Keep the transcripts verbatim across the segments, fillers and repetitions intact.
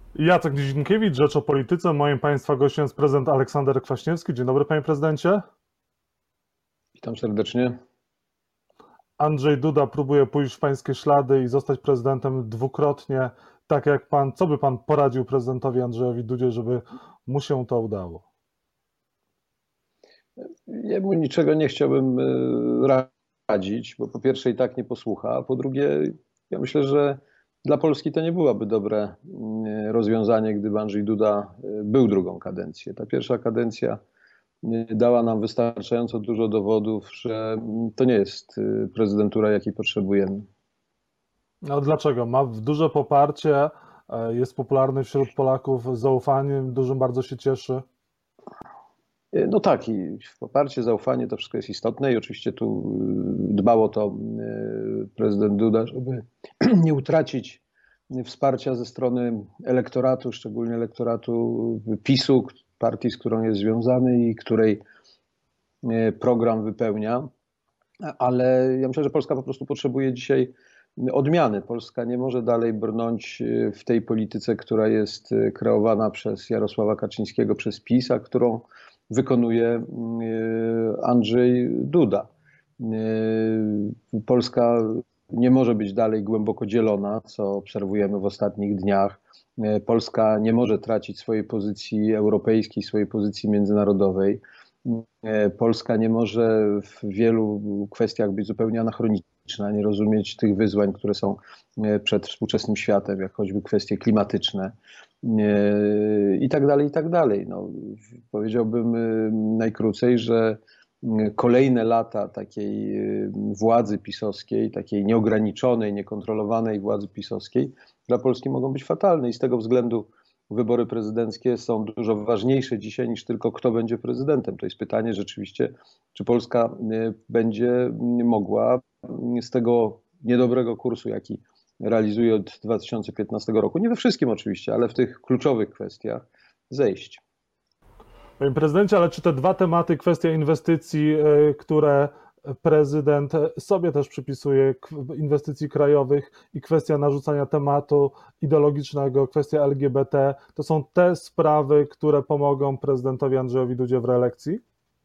Jacek Nizinkiewicz, Rzecz o Polityce. Moim Państwa gościem jest prezydent Aleksander Kwaśniewski. Dzień dobry, panie prezydencie. Witam serdecznie. Andrzej Duda próbuje pójść w pańskie ślady i zostać prezydentem dwukrotnie. Tak jak pan, co by pan poradził prezydentowi Andrzejowi Dudzie, żeby mu się to udało? Ja mu niczego nie chciałbym radzić, bo po pierwsze i tak nie posłucha, a po drugie ja myślę, że dla Polski to nie byłoby dobre rozwiązanie, gdyby Andrzej Duda był drugą kadencję. Ta pierwsza kadencja dała nam wystarczająco dużo dowodów, że to nie jest prezydentura, jakiej potrzebujemy. No dlaczego? Ma duże poparcie, jest popularny wśród Polaków, z zaufaniem dużym bardzo się cieszy. No tak, i poparcie, zaufanie to wszystko jest istotne i oczywiście tu dbał o to prezydent Duda, żeby nie utracić wsparcia ze strony elektoratu, szczególnie elektoratu PiSu, partii, z którą jest związany i której program wypełnia. Ale ja myślę, że Polska po prostu potrzebuje dzisiaj odmiany. Polska nie może dalej brnąć w tej polityce, która jest kreowana przez Jarosława Kaczyńskiego, przez PiS, a którą wykonuje Andrzej Duda. Polska nie może być dalej głęboko dzielona, co obserwujemy w ostatnich dniach. Polska nie może tracić swojej pozycji europejskiej, swojej pozycji międzynarodowej. Polska nie może w wielu kwestiach być zupełnie anachroniczna, nie rozumieć tych wyzwań, które są przed współczesnym światem, jak choćby kwestie klimatyczne i tak dalej, i tak dalej. No, powiedziałbym najkrócej, że kolejne lata takiej władzy pisowskiej, takiej nieograniczonej, niekontrolowanej władzy pisowskiej dla Polski mogą być fatalne i z tego względu wybory prezydenckie są dużo ważniejsze dzisiaj niż tylko kto będzie prezydentem. To jest pytanie rzeczywiście, czy Polska będzie mogła z tego niedobrego kursu, jaki realizuje od dwa tysiące piętnastego roku, nie we wszystkim oczywiście, ale w tych kluczowych kwestiach zejść. Panie prezydencie, ale czy te dwa tematy, kwestia inwestycji, które prezydent sobie też przypisuje, inwestycji krajowych i kwestia narzucania tematu ideologicznego, kwestia L G B T, to są te sprawy, które pomogą prezydentowi Andrzejowi Dudzie w reelekcji?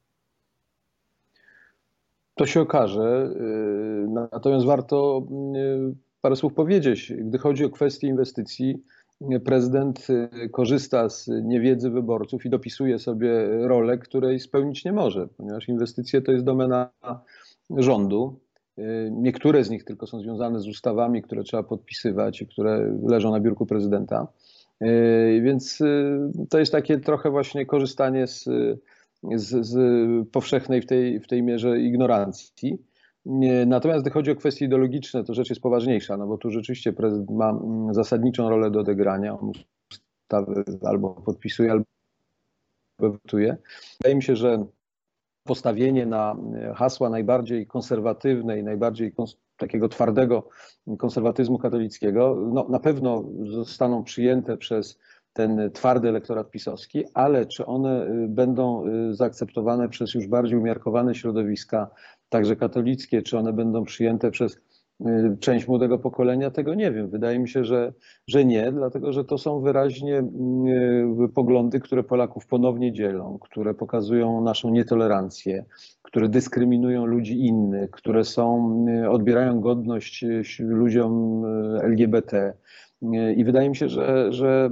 To się okaże, natomiast warto parę słów powiedzieć. Gdy chodzi o kwestie inwestycji, prezydent korzysta z niewiedzy wyborców i dopisuje sobie rolę, której spełnić nie może, ponieważ inwestycje to jest domena rządu. Niektóre z nich tylko są związane z ustawami, które trzeba podpisywać i które leżą na biurku prezydenta. Więc to jest takie trochę właśnie korzystanie z, z, z powszechnej w tej, w tej mierze ignorancji. Natomiast gdy chodzi o kwestie ideologiczne, to rzecz jest poważniejsza, no bo tu rzeczywiście prezydent ma zasadniczą rolę do odegrania. On ustawy albo podpisuje, albo wetuje. Wydaje mi się, że postawienie na hasła najbardziej konserwatywne i najbardziej kons- takiego twardego konserwatyzmu katolickiego, no, na pewno zostaną przyjęte przez ten twardy elektorat pisowski, ale czy one będą zaakceptowane przez już bardziej umiarkowane środowiska, także katolickie, czy one będą przyjęte przez część młodego pokolenia, tego nie wiem. Wydaje mi się, że, że nie, dlatego że to są wyraźnie poglądy, które Polaków ponownie dzielą, które pokazują naszą nietolerancję, które dyskryminują ludzi innych, które są, odbierają godność ludziom L G B T. I wydaje mi się, że, że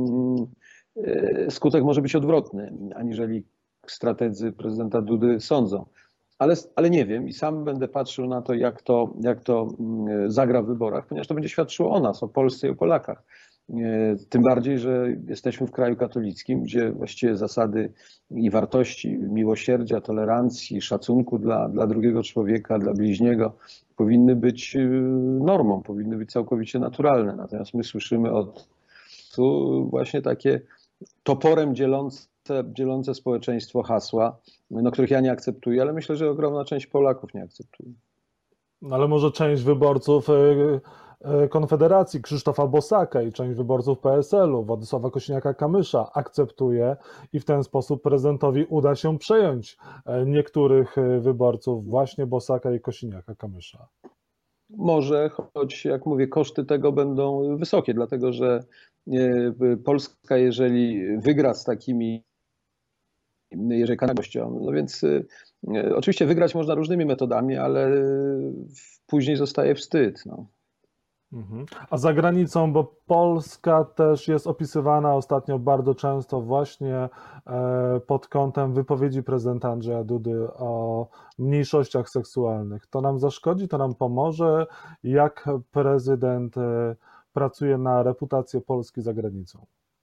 skutek może być odwrotny, aniżeli strategzy prezydenta Dudy sądzą. Ale, ale nie wiem i sam będę patrzył na to, jak to, jak to zagra w wyborach, ponieważ to będzie świadczyło o nas, o Polsce i o Polakach. Tym bardziej, że jesteśmy w kraju katolickim, gdzie właściwie zasady i wartości miłosierdzia, tolerancji, szacunku dla, dla drugiego człowieka, dla bliźniego powinny być normą, powinny być całkowicie naturalne. Natomiast my słyszymy od tu właśnie takie toporem dzielące, dzielące społeczeństwo hasła, no, których ja nie akceptuję, ale myślę, że ogromna część Polaków nie akceptuje. No, ale może część wyborców Konfederacji, Krzysztofa Bosaka i część wyborców P S L u, Władysława Kosiniaka-Kamysza akceptuje i w ten sposób prezydentowi uda się przejąć niektórych wyborców właśnie Bosaka i Kosiniaka-Kamysza. Może, choć jak mówię, koszty tego będą wysokie, dlatego że Polska, jeżeli wygra z takimi, jeżeli kandydatą, no więc oczywiście wygrać można różnymi metodami, ale później zostaje wstyd. No. Mhm. A za granicą, bo Polska też jest opisywana ostatnio bardzo często właśnie pod kątem wypowiedzi prezydenta Andrzeja Dudy o mniejszościach seksualnych. To nam zaszkodzi, to nam pomoże? Jak prezydent pracuje na reputację Polski za granicą?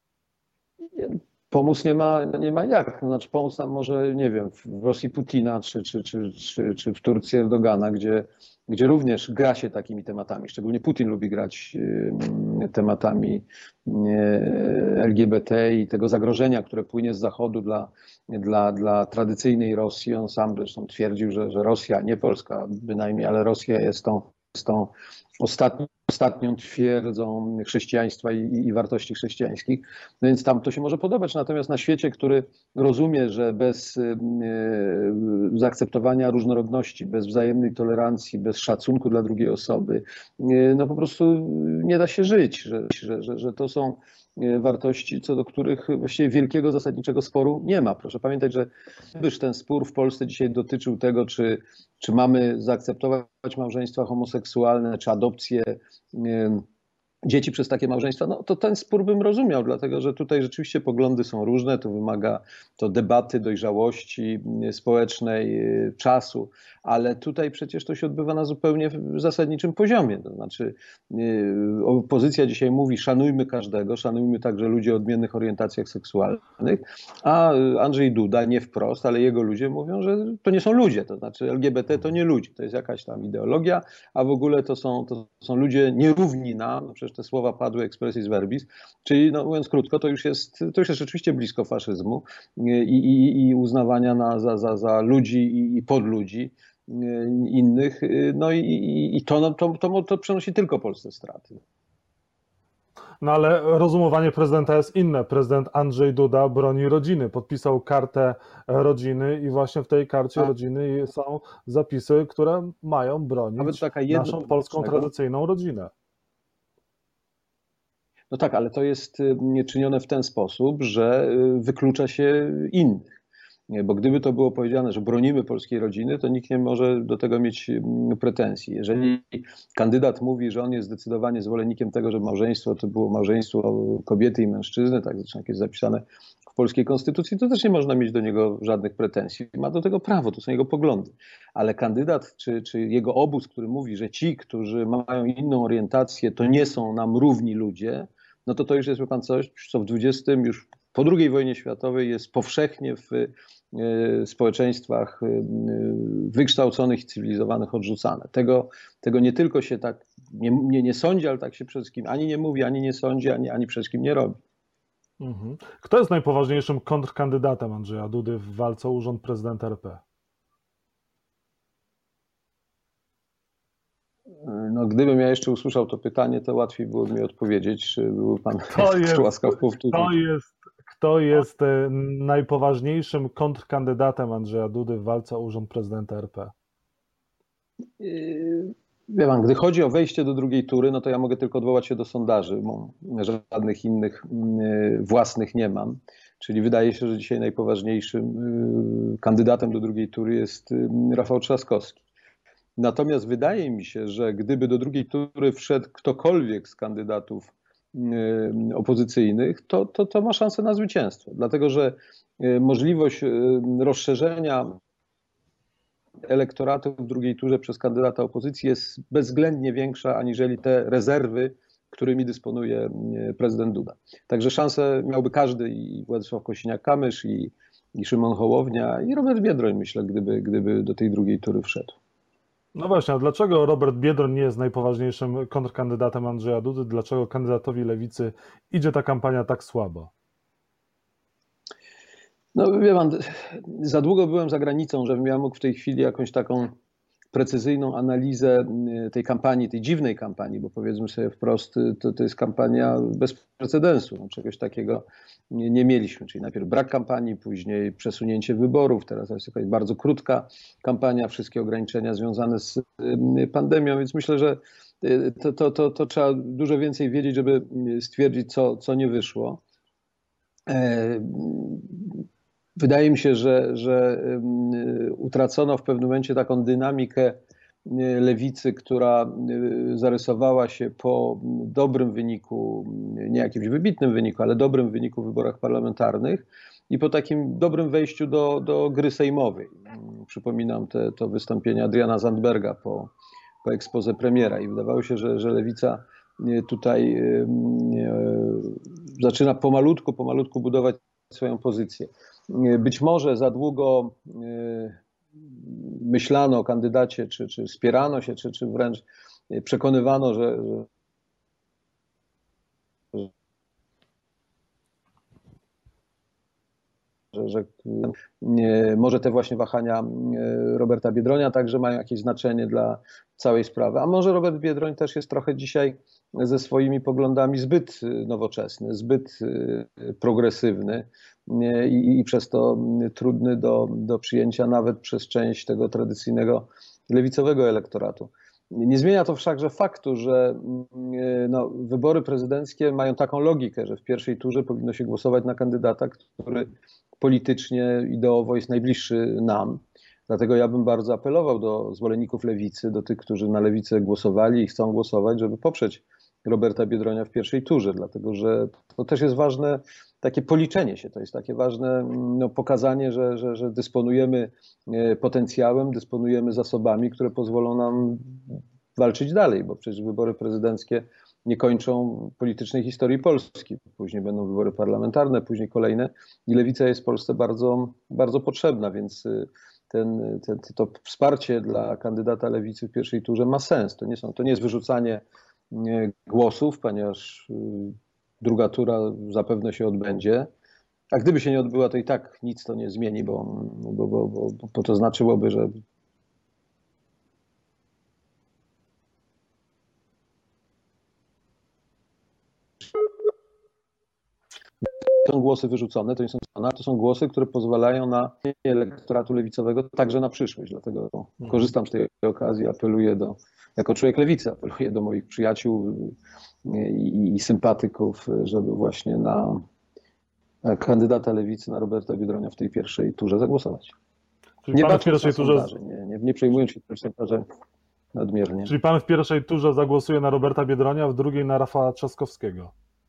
Pomóc nie ma, nie ma jak. Znaczy pomóc nam może, nie wiem, w Rosji Putina czy, czy, czy, czy, czy w Turcji Erdogana, gdzie, gdzie również gra się takimi tematami. Szczególnie Putin lubi grać tematami L G B T i tego zagrożenia, które płynie z Zachodu dla, dla, dla tradycyjnej Rosji. On sam zresztą twierdził, że, że Rosja, nie Polska bynajmniej, ale Rosja jest tą, jest tą ostatnią, ostatnią twierdzą chrześcijaństwa i, i wartości chrześcijańskich. No więc tam to się może podobać. Natomiast na świecie, który rozumie, że bez y, zaakceptowania różnorodności, bez wzajemnej tolerancji, bez szacunku dla drugiej osoby, y, no po prostu nie da się żyć, że, że, że, że to są wartości, co do których właściwie wielkiego zasadniczego sporu nie ma. Proszę pamiętać, że gdyż ten spór w Polsce dzisiaj dotyczył tego, czy, czy mamy zaakceptować małżeństwa homoseksualne, czy adopcję dzieci przez takie małżeństwa, no to ten spór bym rozumiał, dlatego że tutaj rzeczywiście poglądy są różne, to wymaga to debaty, dojrzałości społecznej, czasu, ale tutaj przecież to się odbywa na zupełnie zasadniczym poziomie. To znaczy opozycja dzisiaj mówi, szanujmy każdego, szanujmy także ludzi o odmiennych orientacjach seksualnych, a Andrzej Duda, nie wprost, ale jego ludzie mówią, że to nie są ludzie, to znaczy L G B T to nie ludzie, to jest jakaś tam ideologia, a w ogóle to są, to są ludzie nierówni nam, no przecież te słowa padły expressis verbis, czyli no, mówiąc krótko, to już jest, to już jest rzeczywiście blisko faszyzmu i, i, i uznawania na, za, za, za ludzi i, i podludzi innych, no i, i, i to, no, to, to, to przynosi tylko Polsce straty. No ale rozumowanie prezydenta jest inne. Prezydent Andrzej Duda broni rodziny. Podpisał kartę rodziny i właśnie w tej karcie A. rodziny są zapisy, które mają bronić naszą polską tradycyjną rodzinę. No tak, ale to jest czynione w ten sposób, że wyklucza się innych. Bo gdyby to było powiedziane, że bronimy polskiej rodziny, to nikt nie może do tego mieć pretensji. Jeżeli kandydat mówi, że on jest zdecydowanie zwolennikiem tego, że małżeństwo to było małżeństwo kobiety i mężczyzny, tak zresztą jak jest zapisane w polskiej konstytucji, to też nie można mieć do niego żadnych pretensji. Ma do tego prawo, to są jego poglądy. Ale kandydat czy, czy jego obóz, który mówi, że ci, którzy mają inną orientację, to nie są nam równi ludzie, no to to już jest, wie pan, coś, co w dwudziestym już po drugiej wojnie światowej jest powszechnie w społeczeństwach wykształconych i cywilizowanych odrzucane. Tego, tego nie tylko się tak nie, nie, nie sądzi, ale tak się przede wszystkim ani nie mówi, ani nie sądzi, ani, ani przede wszystkim nie robi. Mhm. Kto jest najpoważniejszym kontrkandydatem Andrzeja Dudy w walce o urząd prezydenta R P? No, gdybym ja jeszcze usłyszał to pytanie, to łatwiej byłoby mi odpowiedzieć, czy był pan łaskaw powtórzyć. To jest Kto jest najpoważniejszym kontrkandydatem Andrzeja Dudy w walce o urząd prezydenta R P? Wie pan, gdy chodzi o wejście do drugiej tury, no to ja mogę tylko odwołać się do sondaży, bo żadnych innych własnych nie mam. Czyli wydaje się, że dzisiaj najpoważniejszym kandydatem do drugiej tury jest Rafał Trzaskowski. Natomiast wydaje mi się, że gdyby do drugiej tury wszedł ktokolwiek z kandydatów opozycyjnych, to, to, to ma szansę na zwycięstwo. Dlatego, że możliwość rozszerzenia elektoratu w drugiej turze przez kandydata opozycji jest bezwzględnie większa aniżeli te rezerwy, którymi dysponuje prezydent Duda. Także szansę miałby każdy, i Władysław Kosiniak-Kamysz, i, i Szymon Hołownia, i Robert Biedroń, myślę, gdyby, gdyby do tej drugiej tury wszedł. No właśnie, a dlaczego Robert Biedroń nie jest najpoważniejszym kontrkandydatem Andrzeja Dudy? Dlaczego kandydatowi Lewicy idzie ta kampania tak słabo? No wie pan, za długo byłem za granicą, żebym ja mógł w tej chwili jakąś taką precyzyjną analizę tej kampanii, tej dziwnej kampanii, bo powiedzmy sobie wprost, to, to jest kampania bez precedensu. No, czegoś takiego nie, nie mieliśmy, czyli najpierw brak kampanii, później przesunięcie wyborów, teraz jest jakaś bardzo krótka kampania, wszystkie ograniczenia związane z pandemią, więc myślę, że to, to, to, to trzeba dużo więcej wiedzieć, żeby stwierdzić, co, co nie wyszło. Wydaje mi się, że, że utracono w pewnym momencie taką dynamikę lewicy, która zarysowała się po dobrym wyniku, nie jakimś wybitnym wyniku, ale dobrym wyniku w wyborach parlamentarnych i po takim dobrym wejściu do, do gry sejmowej. Przypominam te, to wystąpienie Adriana Zandberga po, po exposé premiera i wydawało się, że, że lewica tutaj zaczyna pomalutku, pomalutku budować swoją pozycję. Być może za długo myślano o kandydacie, czy, czy spierano się, czy, czy wręcz przekonywano, że, że, że może te właśnie wahania Roberta Biedronia także mają jakieś znaczenie dla całej sprawy. A może Robert Biedroń też jest trochę dzisiaj ze swoimi poglądami zbyt nowoczesny, zbyt progresywny i, i przez to trudny do, do przyjęcia nawet przez część tego tradycyjnego lewicowego elektoratu. Nie zmienia to wszakże faktu, że no, wybory prezydenckie mają taką logikę, że w pierwszej turze powinno się głosować na kandydata, który politycznie, ideowo jest najbliższy nam. Dlatego ja bym bardzo apelował do zwolenników lewicy, do tych, którzy na lewicę głosowali i chcą głosować, żeby poprzeć Roberta Biedronia w pierwszej turze, dlatego że to też jest ważne takie policzenie się, to jest takie ważne no, pokazanie, że, że, że dysponujemy potencjałem, dysponujemy zasobami, które pozwolą nam walczyć dalej, bo przecież wybory prezydenckie nie kończą politycznej historii Polski. Później będą wybory parlamentarne, później kolejne i lewica jest w Polsce bardzo, bardzo potrzebna, więc ten, ten, to wsparcie dla kandydata lewicy w pierwszej turze ma sens. To nie, są, to nie jest wyrzucanie głosów, ponieważ druga tura zapewne się odbędzie. A gdyby się nie odbyła, to i tak nic to nie zmieni, bo, bo, bo, bo, bo to znaczyłoby, że są głosy wyrzucone, to nie są to są głosy, które pozwalają na elektoratu lewicowego także na przyszłość. Dlatego korzystam z tej okazji, apeluję do, jako człowiek lewicy, apeluję do moich przyjaciół i, i sympatyków, żeby właśnie na kandydata lewicy, na Roberta Biedronia w tej pierwszej turze zagłosować. Czyli Nie pan w patrząc pierwszej na turze... sondaże, nie, nie, nie przejmując się tym sondażem nadmiernie. Czyli pan w pierwszej turze zagłosuje na Roberta Biedronia, w drugiej na Rafała Trzaskowskiego.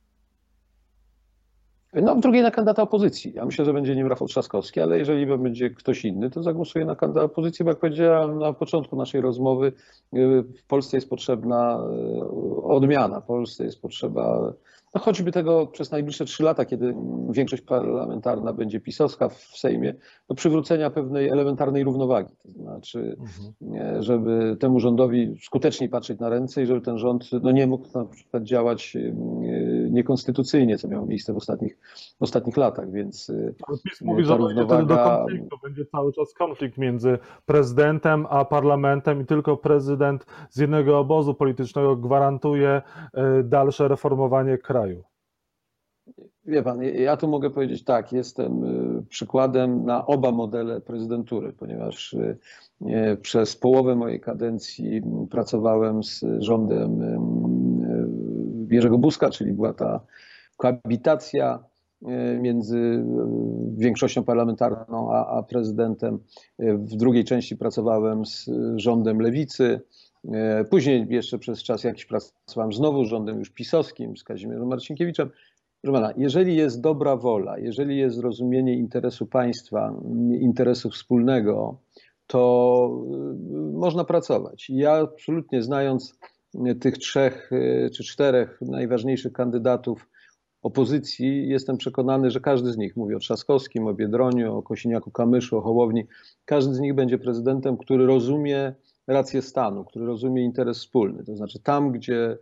No, w drugiej na kandydata opozycji. Ja myślę, że będzie nim Rafał Trzaskowski, ale jeżeli będzie ktoś inny, to zagłosuję na kandydata opozycji, bo jak powiedziałem na początku naszej rozmowy, w Polsce jest potrzebna odmiana, w Polsce jest potrzeba, no choćby tego przez najbliższe trzy lata, kiedy większość parlamentarna będzie pisowska w Sejmie, do przywrócenia pewnej elementarnej równowagi. To znaczy, mhm. żeby temu rządowi skuteczniej patrzeć na ręce i żeby ten rząd no, nie mógł na przykład działać niekonstytucyjnie, co miało miejsce w ostatnich, w ostatnich latach, więc ale PiS mówi, że równowaga... będzie do konfliktu, będzie cały czas konflikt między prezydentem a parlamentem i tylko prezydent z jednego obozu politycznego gwarantuje dalsze reformowanie kraju. Wie pan, ja tu mogę powiedzieć tak, jestem przykładem na oba modele prezydentury, ponieważ przez połowę mojej kadencji pracowałem z rządem Jerzego Buzka, czyli była ta koabitacja między większością parlamentarną a, a prezydentem. W drugiej części pracowałem z rządem lewicy. Później jeszcze przez czas jakiś pracowałem znowu z rządem już pisowskim, z Kazimierzem Marcinkiewiczem. Proszę pana, jeżeli jest dobra wola, jeżeli jest zrozumienie interesu państwa, interesu wspólnego, to można pracować. Ja absolutnie, znając tych trzech czy czterech najważniejszych kandydatów opozycji, jestem przekonany, że każdy z nich, mówię o Trzaskowskim, o Biedroniu, o Kosiniaku-Kamyszu, o Hołowni, każdy z nich będzie prezydentem, który rozumie rację stanu, który rozumie interes wspólny. To znaczy tam, gdzie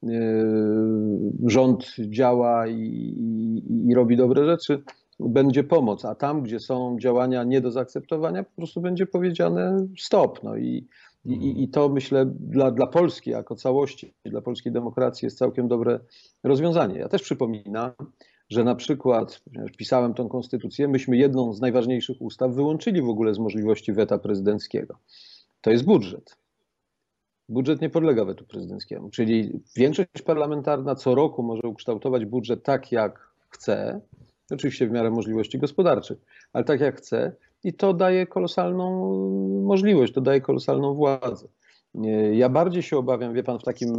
rząd działa i, i, i robi dobre rzeczy, będzie pomoc, a tam, gdzie są działania nie do zaakceptowania, po prostu będzie powiedziane stop. No i, i, i to myślę dla, dla Polski jako całości, dla polskiej demokracji jest całkiem dobre rozwiązanie. Ja też przypominam, że na przykład, ponieważ pisałem tą konstytucję, myśmy jedną z najważniejszych ustaw wyłączyli w ogóle z możliwości weta prezydenckiego. To jest budżet. Budżet nie podlega wetu prezydenckiemu, czyli większość parlamentarna co roku może ukształtować budżet tak, jak chce, oczywiście w miarę możliwości gospodarczych, ale tak jak chce i to daje kolosalną możliwość, to daje kolosalną władzę. Ja bardziej się obawiam, wie pan, w takim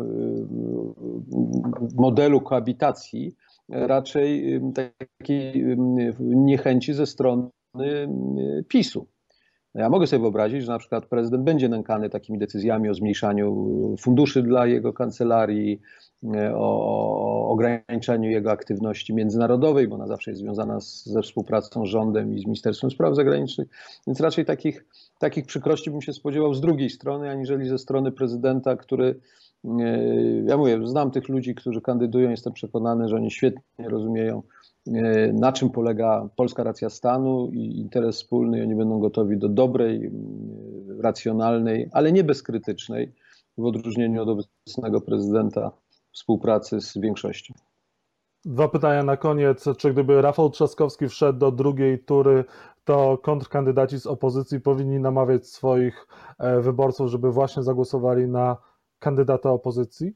modelu koabitacji raczej takiej niechęci ze strony PiSu. Ja mogę sobie wyobrazić, że na przykład prezydent będzie nękany takimi decyzjami o zmniejszaniu funduszy dla jego kancelarii, o ograniczeniu jego aktywności międzynarodowej, bo ona zawsze jest związana z, ze współpracą z rządem i z Ministerstwem Spraw Zagranicznych, więc raczej takich, takich przykrości bym się spodziewał z drugiej strony, aniżeli ze strony prezydenta, który, ja mówię, znam tych ludzi, którzy kandydują, jestem przekonany, że oni świetnie rozumieją, na czym polega polska racja stanu i interes wspólny, i oni będą gotowi do dobrej, racjonalnej, ale nie bezkrytycznej, w odróżnieniu od obecnego prezydenta, współpracy z większością. Dwa pytania na koniec. Czy gdyby Rafał Trzaskowski wszedł do drugiej tury, to kontrkandydaci z opozycji powinni namawiać swoich wyborców, żeby właśnie zagłosowali na kandydata opozycji?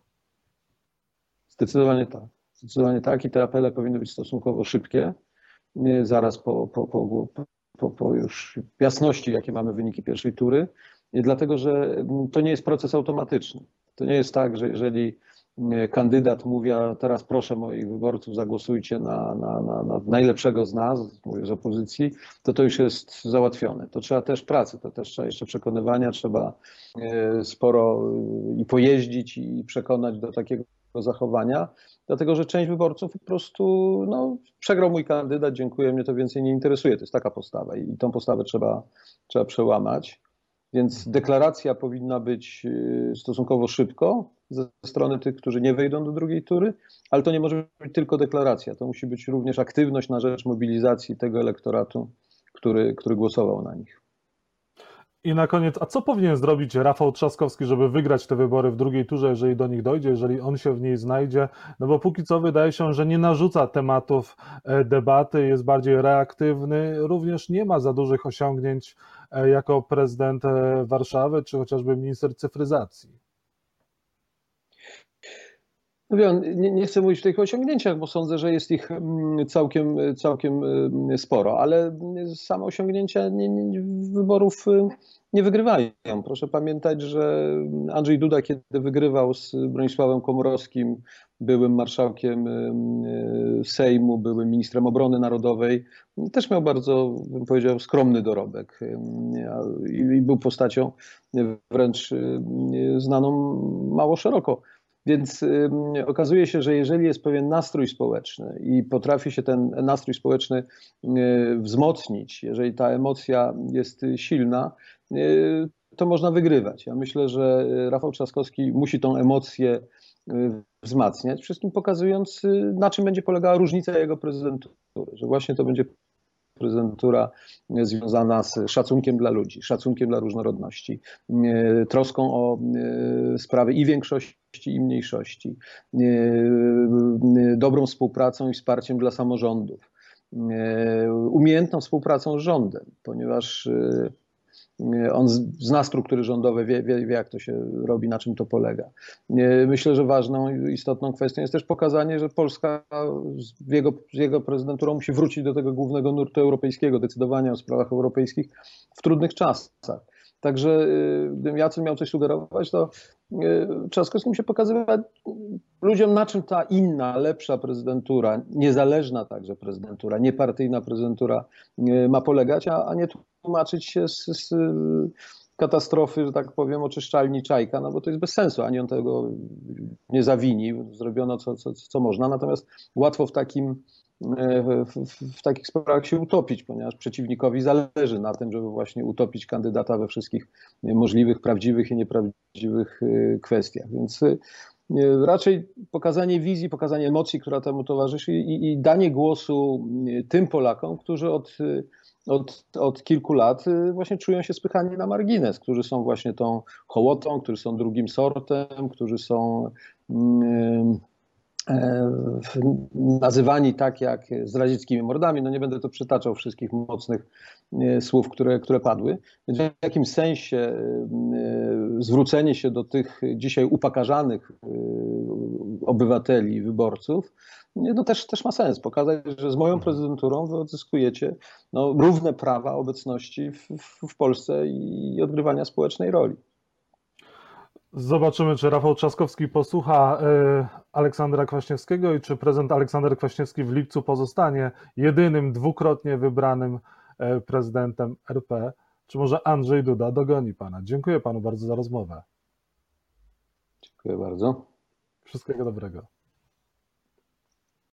Zdecydowanie tak. Zdecydowanie tak i te apele powinny być stosunkowo szybkie, zaraz po, po, po, po, po już jasności, jakie mamy wyniki pierwszej tury, dlatego że to nie jest proces automatyczny. To nie jest tak, że jeżeli kandydat mówi, a teraz proszę moich wyborców, zagłosujcie na, na, na, na najlepszego z nas, mówię z opozycji, to to już jest załatwione. To trzeba też pracy, to też trzeba jeszcze przekonywania, trzeba sporo i pojeździć i przekonać do takiego zachowania, dlatego że część wyborców po prostu no, przegrał mój kandydat, dziękuję, mnie to więcej nie interesuje. To jest taka postawa i tą postawę trzeba, trzeba przełamać. Więc deklaracja powinna być stosunkowo szybko ze strony tych, którzy nie wejdą do drugiej tury, ale to nie może być tylko deklaracja. To musi być również aktywność na rzecz mobilizacji tego elektoratu, który, który głosował na nich. I na koniec, a co powinien zrobić Rafał Trzaskowski, żeby wygrać te wybory w drugiej turze, jeżeli do nich dojdzie, jeżeli on się w niej znajdzie? No bo póki co wydaje się, że nie narzuca tematów debaty, jest bardziej reaktywny, również nie ma za dużych osiągnięć jako prezydent Warszawy, czy chociażby minister cyfryzacji. Nie, nie chcę mówić o tych osiągnięciach, bo sądzę, że jest ich całkiem, całkiem sporo, ale same osiągnięcia nie, nie, wyborów nie wygrywają. Proszę pamiętać, że Andrzej Duda, kiedy wygrywał z Bronisławem Komorowskim, byłym marszałkiem Sejmu, byłym ministrem obrony narodowej, też miał bardzo, bym powiedział, skromny dorobek i był postacią wręcz znaną mało szeroko. Więc y, okazuje się, że jeżeli jest pewien nastrój społeczny i potrafi się ten nastrój społeczny y, wzmocnić, jeżeli ta emocja jest silna, y, to można wygrywać. Ja myślę, że Rafał Trzaskowski musi tą emocję y, wzmacniać, wszystkim pokazując, y, na czym będzie polegała różnica jego prezydentury, że właśnie to będzie prezydentura związana z szacunkiem dla ludzi, szacunkiem dla różnorodności, troską o sprawy i większości, i mniejszości, dobrą współpracą i wsparciem dla samorządów, umiejętną współpracą z rządem, ponieważ on zna struktury rządowe, wie, wie, wie jak to się robi, na czym to polega. Myślę, że ważną i istotną kwestią jest też pokazanie, że Polska z jego, z jego prezydenturą musi wrócić do tego głównego nurtu europejskiego, decydowania o sprawach europejskich w trudnych czasach. Także gdybym ja miał coś sugerować, to Trzaskowski musi pokazywać ludziom, na czym ta inna, lepsza prezydentura, niezależna także prezydentura, niepartyjna prezydentura ma polegać, a, a nie tłumaczyć się z, z katastrofy, że tak powiem, oczyszczalni Czajka, no bo to jest bez sensu, ani on tego nie zawini, zrobiono co, co, co można, natomiast łatwo w takim W, w, w takich sprawach się utopić, ponieważ przeciwnikowi zależy na tym, żeby właśnie utopić kandydata we wszystkich możliwych, prawdziwych i nieprawdziwych kwestiach. Więc raczej pokazanie wizji, pokazanie emocji, która temu towarzyszy i, i danie głosu tym Polakom, którzy od, od, od kilku lat właśnie czują się spychani na margines, którzy są właśnie tą hołotą, którzy są drugim sortem, którzy są nazywani tak jak zdradzieckimi mordami. No nie będę tu przytaczał wszystkich mocnych słów, które, które padły. Więc w jakimś sensie zwrócenie się do tych dzisiaj upakarzanych obywateli, wyborców, no też, też ma sens. Pokazać, że z moją prezydenturą wy odzyskujecie no, równe prawa obecności w, w, w Polsce i odgrywania społecznej roli. Zobaczymy, czy Rafał Trzaskowski posłucha Aleksandra Kwaśniewskiego i czy prezydent Aleksander Kwaśniewski w lipcu pozostanie jedynym dwukrotnie wybranym prezydentem R P. Czy może Andrzej Duda dogoni pana? Dziękuję panu bardzo za rozmowę. Dziękuję bardzo. Wszystkiego dobrego.